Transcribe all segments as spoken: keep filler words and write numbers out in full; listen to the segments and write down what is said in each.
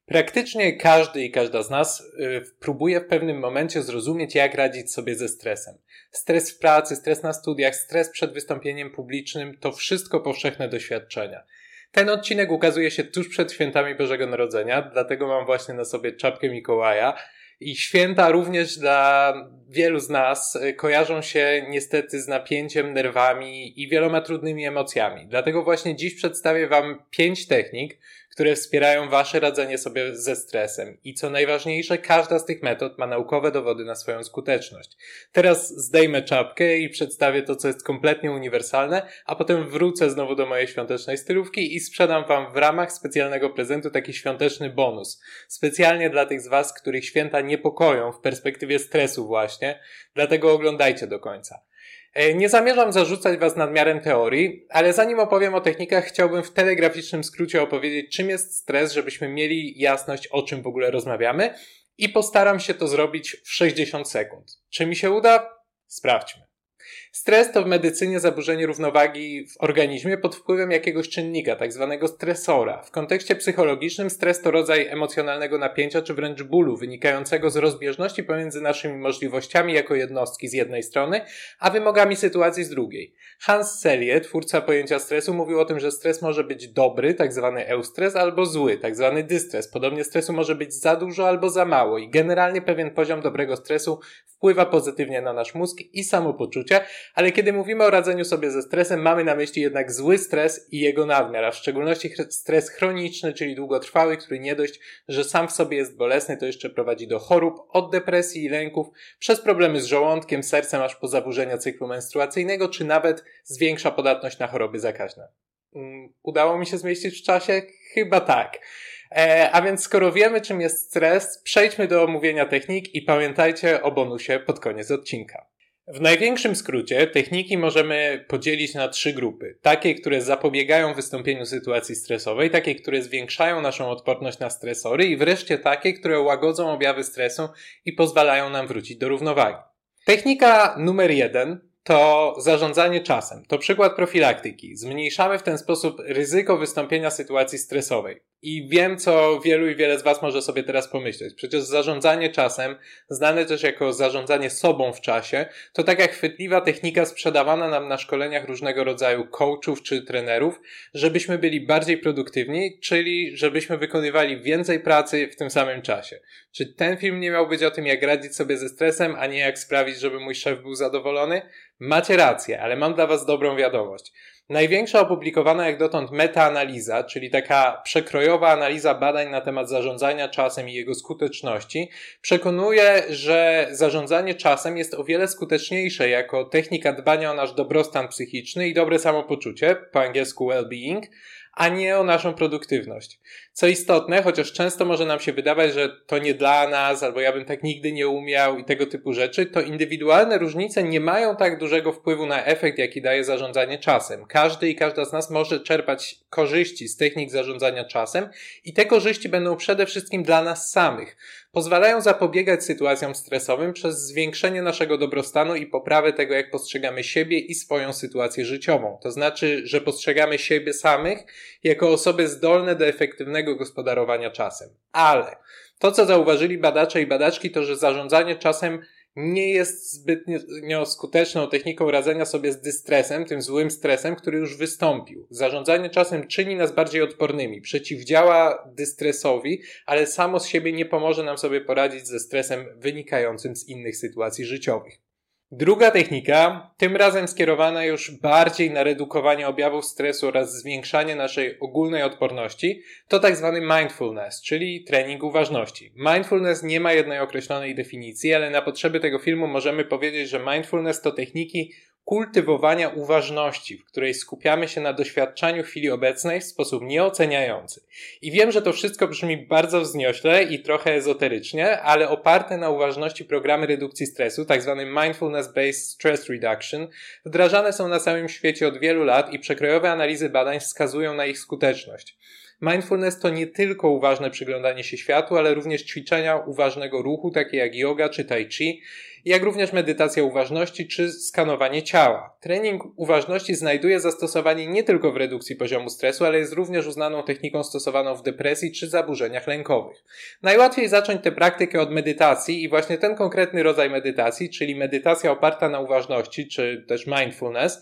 Praktycznie każdy i każda z nas y, próbuje w pewnym momencie zrozumieć, jak radzić sobie ze stresem. Stres w pracy, stres na studiach, stres przed wystąpieniem publicznym to wszystko powszechne doświadczenia. Ten odcinek ukazuje się tuż przed świętami Bożego Narodzenia, dlatego mam właśnie na sobie czapkę Mikołaja. I święta również dla wielu z nas kojarzą się niestety z napięciem, nerwami i wieloma trudnymi emocjami. Dlatego właśnie dziś przedstawię Wam pięć technik, które wspierają Wasze radzenie sobie ze stresem. I co najważniejsze, każda z tych metod ma naukowe dowody na swoją skuteczność. Teraz zdejmę czapkę i przedstawię to, co jest kompletnie uniwersalne, a potem wrócę znowu do mojej świątecznej stylówki i sprzedam Wam w ramach specjalnego prezentu taki świąteczny bonus. Specjalnie dla tych z Was, których święta niepokoją w perspektywie stresu właśnie, dlatego oglądajcie do końca. Nie zamierzam zarzucać Was nadmiarem teorii, ale zanim opowiem o technikach, chciałbym w telegraficznym skrócie opowiedzieć, czym jest stres, żebyśmy mieli jasność, o czym w ogóle rozmawiamy, i postaram się to zrobić w sześćdziesiąt sekund. Czy mi się uda? Sprawdźmy. Stres to w medycynie zaburzenie równowagi w organizmie pod wpływem jakiegoś czynnika, tak zwanego stresora. W kontekście psychologicznym stres to rodzaj emocjonalnego napięcia czy wręcz bólu wynikającego z rozbieżności pomiędzy naszymi możliwościami jako jednostki z jednej strony, a wymogami sytuacji z drugiej. Hans Selye, twórca pojęcia stresu, mówił o tym, że stres może być dobry, tak zwany eustres, albo zły, tak zwany dystres. Podobnie stresu może być za dużo albo za mało i generalnie pewien poziom dobrego stresu wpływa pozytywnie na nasz mózg i samopoczucie, ale kiedy mówimy o radzeniu sobie ze stresem, mamy na myśli jednak zły stres i jego nadmiar, a w szczególności stres chroniczny, czyli długotrwały, który nie dość, że sam w sobie jest bolesny, to jeszcze prowadzi do chorób, od depresji i lęków, przez problemy z żołądkiem, sercem, aż po zaburzenia cyklu menstruacyjnego, czy nawet zwiększa podatność na choroby zakaźne. Udało mi się zmieścić w czasie? Chyba tak. E, a więc skoro wiemy, czym jest stres, przejdźmy do omówienia technik i pamiętajcie o bonusie pod koniec odcinka. W największym skrócie techniki możemy podzielić na trzy grupy. Takie, które zapobiegają wystąpieniu sytuacji stresowej, takie, które zwiększają naszą odporność na stresory i wreszcie takie, które łagodzą objawy stresu i pozwalają nam wrócić do równowagi. Technika numer jeden to zarządzanie czasem. To przykład profilaktyki. Zmniejszamy w ten sposób ryzyko wystąpienia sytuacji stresowej. I wiem, co wielu i wiele z Was może sobie teraz pomyśleć. Przecież zarządzanie czasem, znane też jako zarządzanie sobą w czasie, to taka chwytliwa technika sprzedawana nam na szkoleniach różnego rodzaju coachów czy trenerów, żebyśmy byli bardziej produktywni, czyli żebyśmy wykonywali więcej pracy w tym samym czasie. Czy ten film nie miał być o tym, jak radzić sobie ze stresem, a nie jak sprawić, żeby mój szef był zadowolony? Macie rację, ale mam dla Was dobrą wiadomość. Największa opublikowana jak dotąd metaanaliza, czyli taka przekrojowa analiza badań na temat zarządzania czasem i jego skuteczności, przekonuje, że zarządzanie czasem jest o wiele skuteczniejsze jako technika dbania o nasz dobrostan psychiczny i dobre samopoczucie, po angielsku well-being, a nie o naszą produktywność. Co istotne, chociaż często może nam się wydawać, że to nie dla nas, albo ja bym tak nigdy nie umiał i tego typu rzeczy, to indywidualne różnice nie mają tak dużego wpływu na efekt, jaki daje zarządzanie czasem. Każdy i każda z nas może czerpać korzyści z technik zarządzania czasem i te korzyści będą przede wszystkim dla nas samych. Pozwalają zapobiegać sytuacjom stresowym przez zwiększenie naszego dobrostanu i poprawę tego, jak postrzegamy siebie i swoją sytuację życiową. To znaczy, że postrzegamy siebie samych jako osoby zdolne do efektywnego gospodarowania czasem. Ale to, co zauważyli badacze i badaczki, to, że zarządzanie czasem nie jest zbytnio skuteczną techniką radzenia sobie z dystresem, tym złym stresem, który już wystąpił. Zarządzanie czasem czyni nas bardziej odpornymi, przeciwdziała dystresowi, ale samo z siebie nie pomoże nam sobie poradzić ze stresem wynikającym z innych sytuacji życiowych. Druga technika, tym razem skierowana już bardziej na redukowanie objawów stresu oraz zwiększanie naszej ogólnej odporności, to tak zwany mindfulness, czyli trening uważności. Mindfulness nie ma jednej określonej definicji, ale na potrzeby tego filmu możemy powiedzieć, że mindfulness to techniki kultywowania uważności, w której skupiamy się na doświadczaniu chwili obecnej w sposób nieoceniający. I wiem, że to wszystko brzmi bardzo wzniośle i trochę ezoterycznie, ale oparte na uważności programy redukcji stresu, tzw. Mindfulness-Based Stress Reduction, wdrażane są na całym świecie od wielu lat i przekrojowe analizy badań wskazują na ich skuteczność. Mindfulness to nie tylko uważne przyglądanie się światu, ale również ćwiczenia uważnego ruchu, takie jak yoga czy tai chi, jak również medytacja uważności czy skanowanie ciała. Trening uważności znajduje zastosowanie nie tylko w redukcji poziomu stresu, ale jest również uznaną techniką stosowaną w depresji czy zaburzeniach lękowych. Najłatwiej zacząć tę praktykę od medytacji i właśnie ten konkretny rodzaj medytacji, czyli medytacja oparta na uważności czy też mindfulness,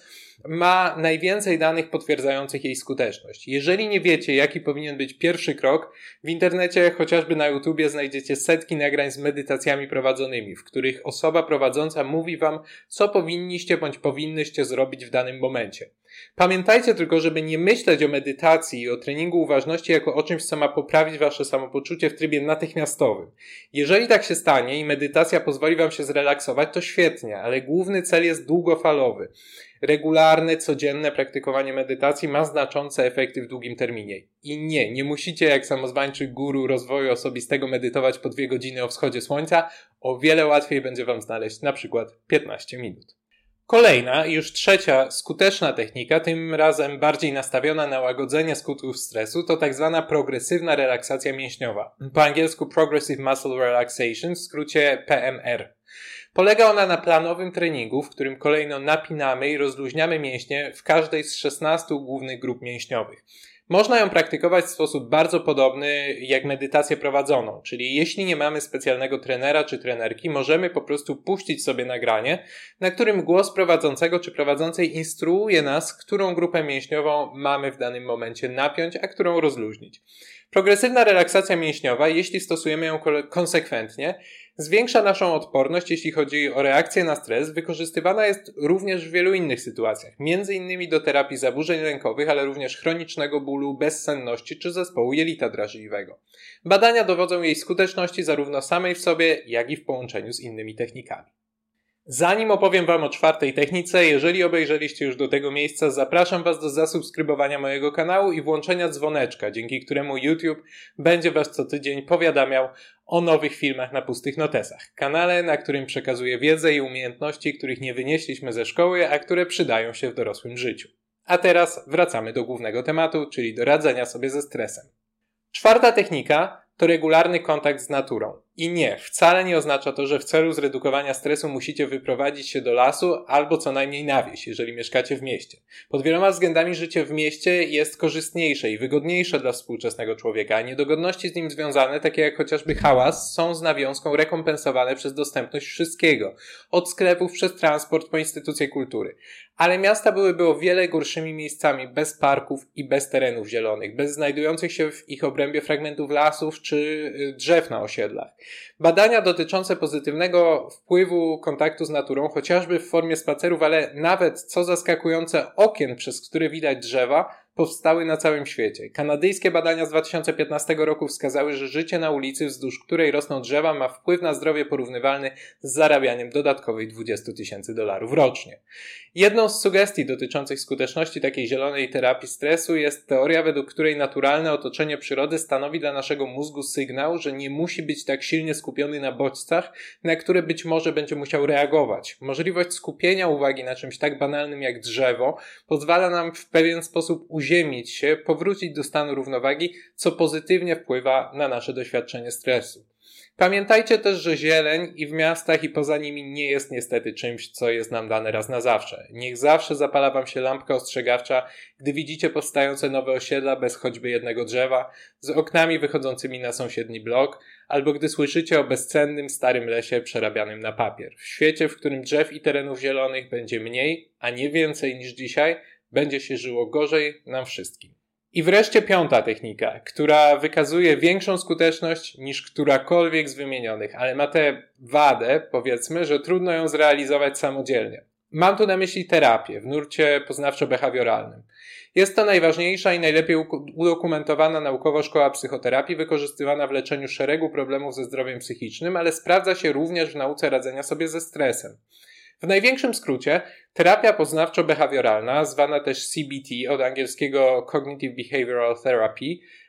ma najwięcej danych potwierdzających jej skuteczność. Jeżeli nie wiecie, jaki powinien być pierwszy krok, w internecie, chociażby na YouTubie, znajdziecie setki nagrań z medytacjami prowadzonymi, w których osoba prowadząca mówi wam, co powinniście bądź powinnyście zrobić w danym momencie. Pamiętajcie tylko, żeby nie myśleć o medytacji i o treningu uważności jako o czymś, co ma poprawić wasze samopoczucie w trybie natychmiastowym. Jeżeli tak się stanie i medytacja pozwoli wam się zrelaksować, to świetnie, ale główny cel jest długofalowy. Regularne, codzienne praktykowanie medytacji ma znaczące efekty w długim terminie. I nie, nie musicie jak samozwańczy guru rozwoju osobistego medytować po dwie godziny o wschodzie słońca. O wiele łatwiej będzie wam znaleźć na przykład piętnaście minut. Kolejna, już trzecia skuteczna technika, tym razem bardziej nastawiona na łagodzenie skutków stresu, to tak zwana progresywna relaksacja mięśniowa. Po angielsku Progressive Muscle Relaxation, w skrócie P M R. Polega ona na planowym treningu, w którym kolejno napinamy i rozluźniamy mięśnie w każdej z szesnastu głównych grup mięśniowych. Można ją praktykować w sposób bardzo podobny jak medytację prowadzoną, czyli jeśli nie mamy specjalnego trenera czy trenerki, możemy po prostu puścić sobie nagranie, na którym głos prowadzącego czy prowadzącej instruuje nas, którą grupę mięśniową mamy w danym momencie napiąć, a którą rozluźnić. Progresywna relaksacja mięśniowa, jeśli stosujemy ją konsekwentnie, zwiększa naszą odporność, jeśli chodzi o reakcję na stres. Wykorzystywana jest również w wielu innych sytuacjach, między innymi do terapii zaburzeń lękowych, ale również chronicznego bólu, bezsenności czy zespołu jelita drażliwego. Badania dowodzą jej skuteczności zarówno samej w sobie, jak i w połączeniu z innymi technikami. Zanim opowiem wam o czwartej technice, jeżeli obejrzeliście już do tego miejsca, zapraszam was do zasubskrybowania mojego kanału i włączenia dzwoneczka, dzięki któremu YouTube będzie was co tydzień powiadamiał o nowych filmach na pustych notesach. Kanale, na którym przekazuję wiedzę i umiejętności, których nie wynieśliśmy ze szkoły, a które przydają się w dorosłym życiu. A teraz wracamy do głównego tematu, czyli do radzenia sobie ze stresem. Czwarta technika to regularny kontakt z naturą. I nie, wcale nie oznacza to, że w celu zredukowania stresu musicie wyprowadzić się do lasu albo co najmniej na wieś, jeżeli mieszkacie w mieście. Pod wieloma względami życie w mieście jest korzystniejsze i wygodniejsze dla współczesnego człowieka, a niedogodności z nim związane, takie jak chociażby hałas, są z nawiązką rekompensowane przez dostępność wszystkiego. Od sklepów przez transport po instytucje kultury. Ale miasta byłyby o wiele gorszymi miejscami bez parków i bez terenów zielonych, bez znajdujących się w ich obrębie fragmentów lasów czy drzew na osiedlach. Badania dotyczące pozytywnego wpływu kontaktu z naturą, chociażby w formie spacerów, ale nawet, co zaskakujące, okien, przez które widać drzewa, powstały na całym świecie. Kanadyjskie badania z dwa tysiące piętnastego roku wskazały, że życie na ulicy, wzdłuż której rosną drzewa, ma wpływ na zdrowie porównywalny z zarabianiem dodatkowych dwadzieścia tysięcy dolarów rocznie. Jedną z sugestii dotyczących skuteczności takiej zielonej terapii stresu jest teoria, według której naturalne otoczenie przyrody stanowi dla naszego mózgu sygnał, że nie musi być tak silnie skupiony na bodźcach, na które być może będzie musiał reagować. Możliwość skupienia uwagi na czymś tak banalnym jak drzewo pozwala nam w pewien sposób uziemić się, powrócić do stanu równowagi, co pozytywnie wpływa na nasze doświadczenie stresu. Pamiętajcie też, że zieleń i w miastach i poza nimi nie jest niestety czymś, co jest nam dane raz na zawsze. Niech zawsze zapala wam się lampka ostrzegawcza, gdy widzicie powstające nowe osiedla bez choćby jednego drzewa, z oknami wychodzącymi na sąsiedni blok, albo gdy słyszycie o bezcennym starym lesie przerabianym na papier. W świecie, w którym drzew i terenów zielonych będzie mniej, a nie więcej niż dzisiaj, będzie się żyło gorzej nam wszystkim. I wreszcie piąta technika, która wykazuje większą skuteczność niż którakolwiek z wymienionych, ale ma tę wadę, powiedzmy, że trudno ją zrealizować samodzielnie. Mam tu na myśli terapię w nurcie poznawczo-behawioralnym. Jest to najważniejsza i najlepiej udokumentowana naukowo szkoła psychoterapii wykorzystywana w leczeniu szeregu problemów ze zdrowiem psychicznym, ale sprawdza się również w nauce radzenia sobie ze stresem. W największym skrócie, terapia poznawczo-behawioralna, zwana też C B T od angielskiego Cognitive Behavioral Therapy,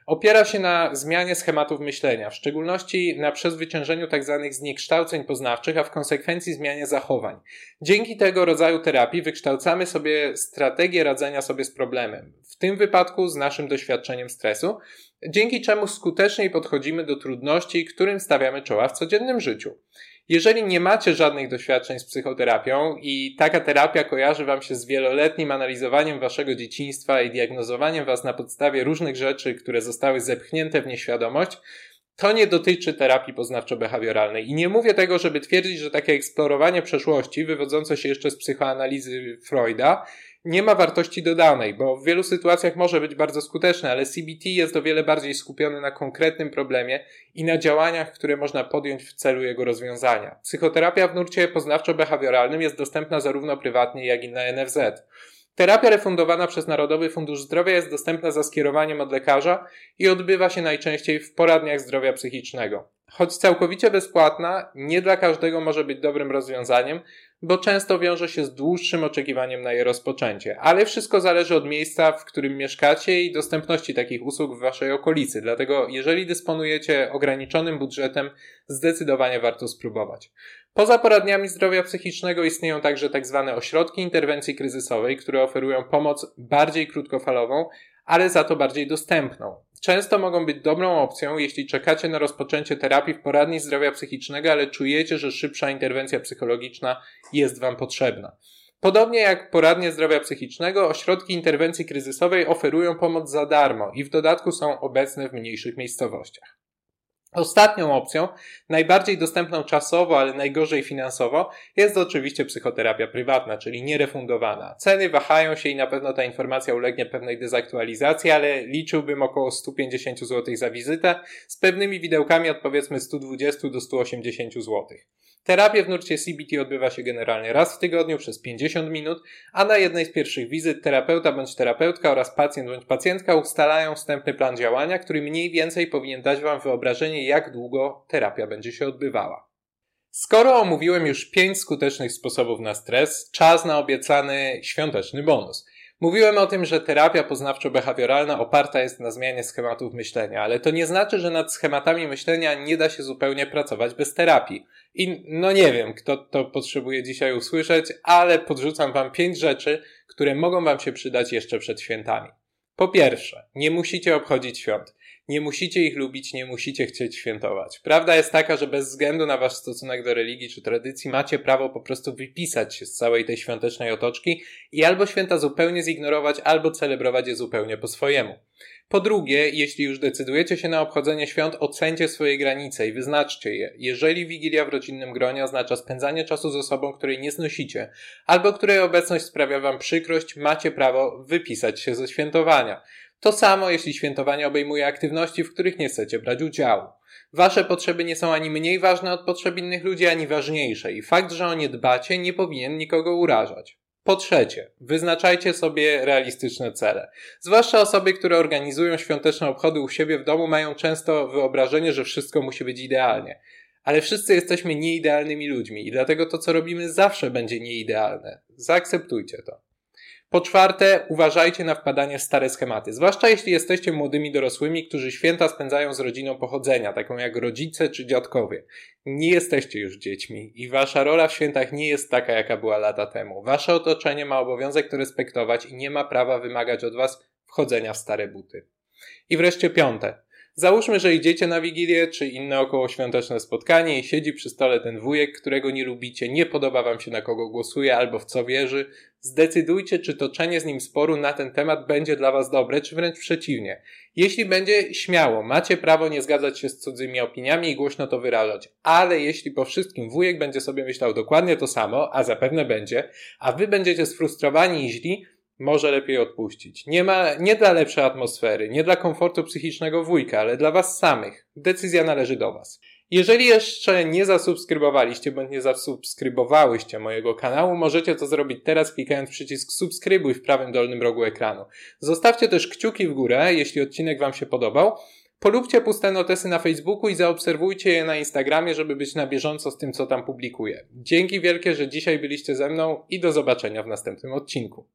Opiera się na zmianie schematów myślenia, w szczególności na przezwyciężeniu tzw. zniekształceń poznawczych, a w konsekwencji zmianie zachowań. Dzięki tego rodzaju terapii wykształcamy sobie strategię radzenia sobie z problemem, w tym wypadku z naszym doświadczeniem stresu, dzięki czemu skuteczniej podchodzimy do trudności, którym stawiamy czoła w codziennym życiu. Jeżeli nie macie żadnych doświadczeń z psychoterapią i taka terapia kojarzy wam się z wieloletnim analizowaniem waszego dzieciństwa i diagnozowaniem was na podstawie różnych rzeczy, które zostały zepchnięte w nieświadomość, to nie dotyczy terapii poznawczo-behawioralnej. I nie mówię tego, żeby twierdzić, że takie eksplorowanie przeszłości, wywodzące się jeszcze z psychoanalizy Freuda, nie ma wartości dodanej, bo w wielu sytuacjach może być bardzo skuteczne, ale C B T jest o wiele bardziej skupiony na konkretnym problemie i na działaniach, które można podjąć w celu jego rozwiązania. Psychoterapia w nurcie poznawczo-behawioralnym jest dostępna zarówno prywatnie, jak i na N F Z. Terapia refundowana przez Narodowy Fundusz Zdrowia jest dostępna za skierowaniem od lekarza i odbywa się najczęściej w poradniach zdrowia psychicznego. Choć całkowicie bezpłatna, nie dla każdego może być dobrym rozwiązaniem, bo często wiąże się z dłuższym oczekiwaniem na jej rozpoczęcie. Ale wszystko zależy od miejsca, w którym mieszkacie i dostępności takich usług w waszej okolicy. Dlatego jeżeli dysponujecie ograniczonym budżetem, zdecydowanie warto spróbować. Poza poradniami zdrowia psychicznego istnieją także tak zwane ośrodki interwencji kryzysowej, które oferują pomoc bardziej krótkofalową, ale za to bardziej dostępną. Często mogą być dobrą opcją, jeśli czekacie na rozpoczęcie terapii w poradni zdrowia psychicznego, ale czujecie, że szybsza interwencja psychologiczna jest wam potrzebna. Podobnie jak poradnie zdrowia psychicznego, ośrodki interwencji kryzysowej oferują pomoc za darmo i w dodatku są obecne w mniejszych miejscowościach. Ostatnią opcją, najbardziej dostępną czasowo, ale najgorzej finansowo, jest oczywiście psychoterapia prywatna, czyli nierefundowana. Ceny wahają się i na pewno ta informacja ulegnie pewnej dezaktualizacji, ale liczyłbym około sto pięćdziesiąt złotych za wizytę, z pewnymi widełkami od powiedzmy sto dwadzieścia do stu osiemdziesięciu złotych. Terapia w nurcie C B T odbywa się generalnie raz w tygodniu przez pięćdziesiąt minut, a na jednej z pierwszych wizyt terapeuta bądź terapeutka oraz pacjent bądź pacjentka ustalają wstępny plan działania, który mniej więcej powinien dać wam wyobrażenie, jak długo terapia będzie się odbywała. Skoro omówiłem już pięć skutecznych sposobów na stres, czas na obiecany świąteczny bonus. Mówiłem o tym, że terapia poznawczo-behawioralna oparta jest na zmianie schematów myślenia, ale to nie znaczy, że nad schematami myślenia nie da się zupełnie pracować bez terapii. I no nie wiem, kto to potrzebuje dzisiaj usłyszeć, ale podrzucam wam pięć rzeczy, które mogą wam się przydać jeszcze przed świętami. Po pierwsze, nie musicie obchodzić świąt. Nie musicie ich lubić, nie musicie chcieć świętować. Prawda jest taka, że bez względu na wasz stosunek do religii czy tradycji macie prawo po prostu wypisać się z całej tej świątecznej otoczki i albo święta zupełnie zignorować, albo celebrować je zupełnie po swojemu. Po drugie, jeśli już decydujecie się na obchodzenie świąt, ocencie swoje granice i wyznaczcie je. Jeżeli wigilia w rodzinnym gronie oznacza spędzanie czasu z osobą, której nie znosicie, albo której obecność sprawia wam przykrość, macie prawo wypisać się ze świętowania. To samo, jeśli świętowanie obejmuje aktywności, w których nie chcecie brać udziału. Wasze potrzeby nie są ani mniej ważne od potrzeb innych ludzi, ani ważniejsze i fakt, że o nie dbacie, nie powinien nikogo urażać. Po trzecie, wyznaczajcie sobie realistyczne cele. Zwłaszcza osoby, które organizują świąteczne obchody u siebie w domu, mają często wyobrażenie, że wszystko musi być idealnie. Ale wszyscy jesteśmy nieidealnymi ludźmi i dlatego to, co robimy, zawsze będzie nieidealne. Zaakceptujcie to. Po czwarte, uważajcie na wpadanie w stare schematy, zwłaszcza jeśli jesteście młodymi dorosłymi, którzy święta spędzają z rodziną pochodzenia, taką jak rodzice czy dziadkowie. Nie jesteście już dziećmi i wasza rola w świętach nie jest taka, jaka była lata temu. Wasze otoczenie ma obowiązek to respektować i nie ma prawa wymagać od was wchodzenia w stare buty. I wreszcie piąte. Załóżmy, że idziecie na Wigilię czy inne okołoświąteczne spotkanie i siedzi przy stole ten wujek, którego nie lubicie, nie podoba wam się, na kogo głosuje albo w co wierzy. Zdecydujcie, czy toczenie z nim sporu na ten temat będzie dla was dobre, czy wręcz przeciwnie. Jeśli będzie, śmiało, macie prawo nie zgadzać się z cudzymi opiniami i głośno to wyrażać. Ale jeśli po wszystkim wujek będzie sobie myślał dokładnie to samo, a zapewne będzie, a wy będziecie sfrustrowani i źli, może lepiej odpuścić. Nie ma, nie dla lepszej atmosfery, nie dla komfortu psychicznego wujka, ale dla was samych. Decyzja należy do was. Jeżeli jeszcze nie zasubskrybowaliście bądź nie zasubskrybowałyście mojego kanału, możecie to zrobić teraz, klikając przycisk subskrybuj w prawym dolnym rogu ekranu. Zostawcie też kciuki w górę, jeśli odcinek wam się podobał. Polubcie puste notesy na Facebooku i zaobserwujcie je na Instagramie, żeby być na bieżąco z tym, co tam publikuję. Dzięki wielkie, że dzisiaj byliście ze mną i do zobaczenia w następnym odcinku.